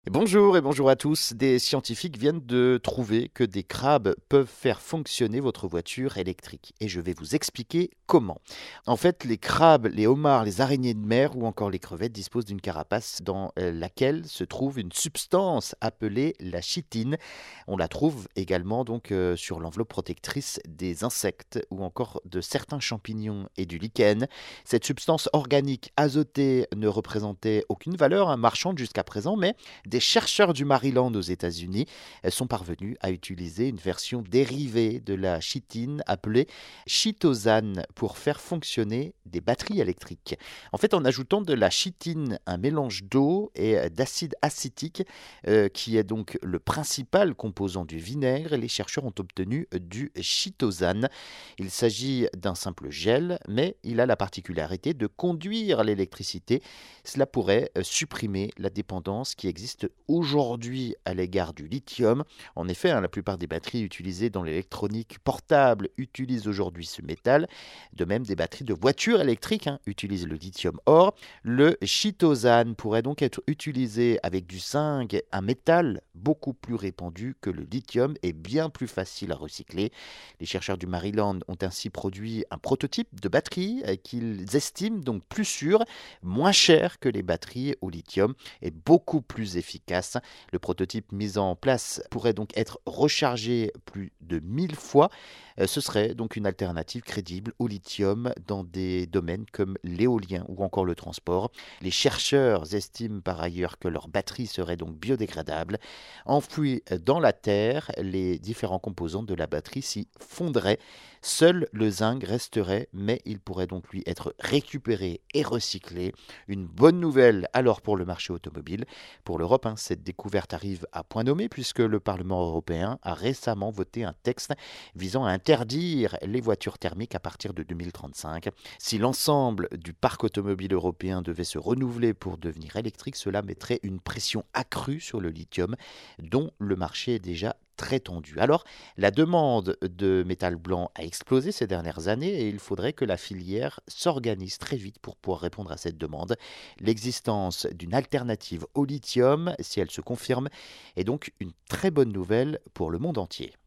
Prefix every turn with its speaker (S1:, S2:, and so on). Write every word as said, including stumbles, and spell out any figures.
S1: Bonjour et bonjour à tous. Des scientifiques viennent de trouver que des crabes peuvent faire fonctionner votre voiture électrique. Et je vais vous expliquer comment. En fait, les crabes, les homards, les araignées de mer ou encore les crevettes disposent d'une carapace dans euh, laquelle se trouve une substance appelée la chitine. On la trouve également donc euh, sur l'enveloppe protectrice des insectes ou encore de certains champignons et du lichen. Cette substance organique azotée ne représentait aucune valeur hein, marchande jusqu'à présent, mais des chercheurs du Maryland aux États-Unis sont parvenus à utiliser une version dérivée de la chitine appelée chitosane pour faire fonctionner des batteries électriques. En fait, en ajoutant de la chitine, un mélange d'eau et d'acide acétique, euh, qui est donc le principal composant du vinaigre, les chercheurs ont obtenu du chitosane. Il s'agit d'un simple gel, mais il a la particularité de conduire l'électricité. Cela pourrait euh, supprimer la dépendance qui existe aujourd'hui à l'égard du lithium. En effet, hein, la plupart des batteries utilisées dans l'électronique portable utilisent aujourd'hui ce métal. De même, des batteries de voitures électriques hein, utilisent le lithium. Or, le chitosane pourrait donc être utilisé avec du zinc, un métal beaucoup plus répandu que le lithium et bien plus facile à recycler. Les chercheurs du Maryland ont ainsi produit un prototype de batterie euh, qu'ils estiment donc plus sûr, moins cher que les batteries au lithium et beaucoup plus efficace. Le prototype mis en place pourrait donc être rechargé plus de mille fois. Euh, Ce serait donc une alternative crédible au lithium dans des domaines comme l'éolien ou encore le transport. Les chercheurs estiment par ailleurs que leur batterie serait donc biodégradable. Enfouie dans la terre, les différents composants de la batterie s'y fondraient. Seul le zinc resterait, mais il pourrait donc lui être récupéré et recyclé. Une bonne nouvelle alors pour le marché automobile. Pour l'Europe, hein, cette découverte arrive à point nommé puisque le Parlement européen a récemment voté un texte visant à interdire les voitures thermiques à partir de deux mille trente-cinq. Si l'ensemble du parc automobile européen devait se renouveler pour devenir électrique, cela mettrait une pression accrue sur le lithium dont le marché est déjà très tendu. Alors, la demande de métal blanc a explosé ces dernières années et il faudrait que la filière s'organise très vite pour pouvoir répondre à cette demande. L'existence d'une alternative au lithium, si elle se confirme, est donc une très bonne nouvelle pour le monde entier.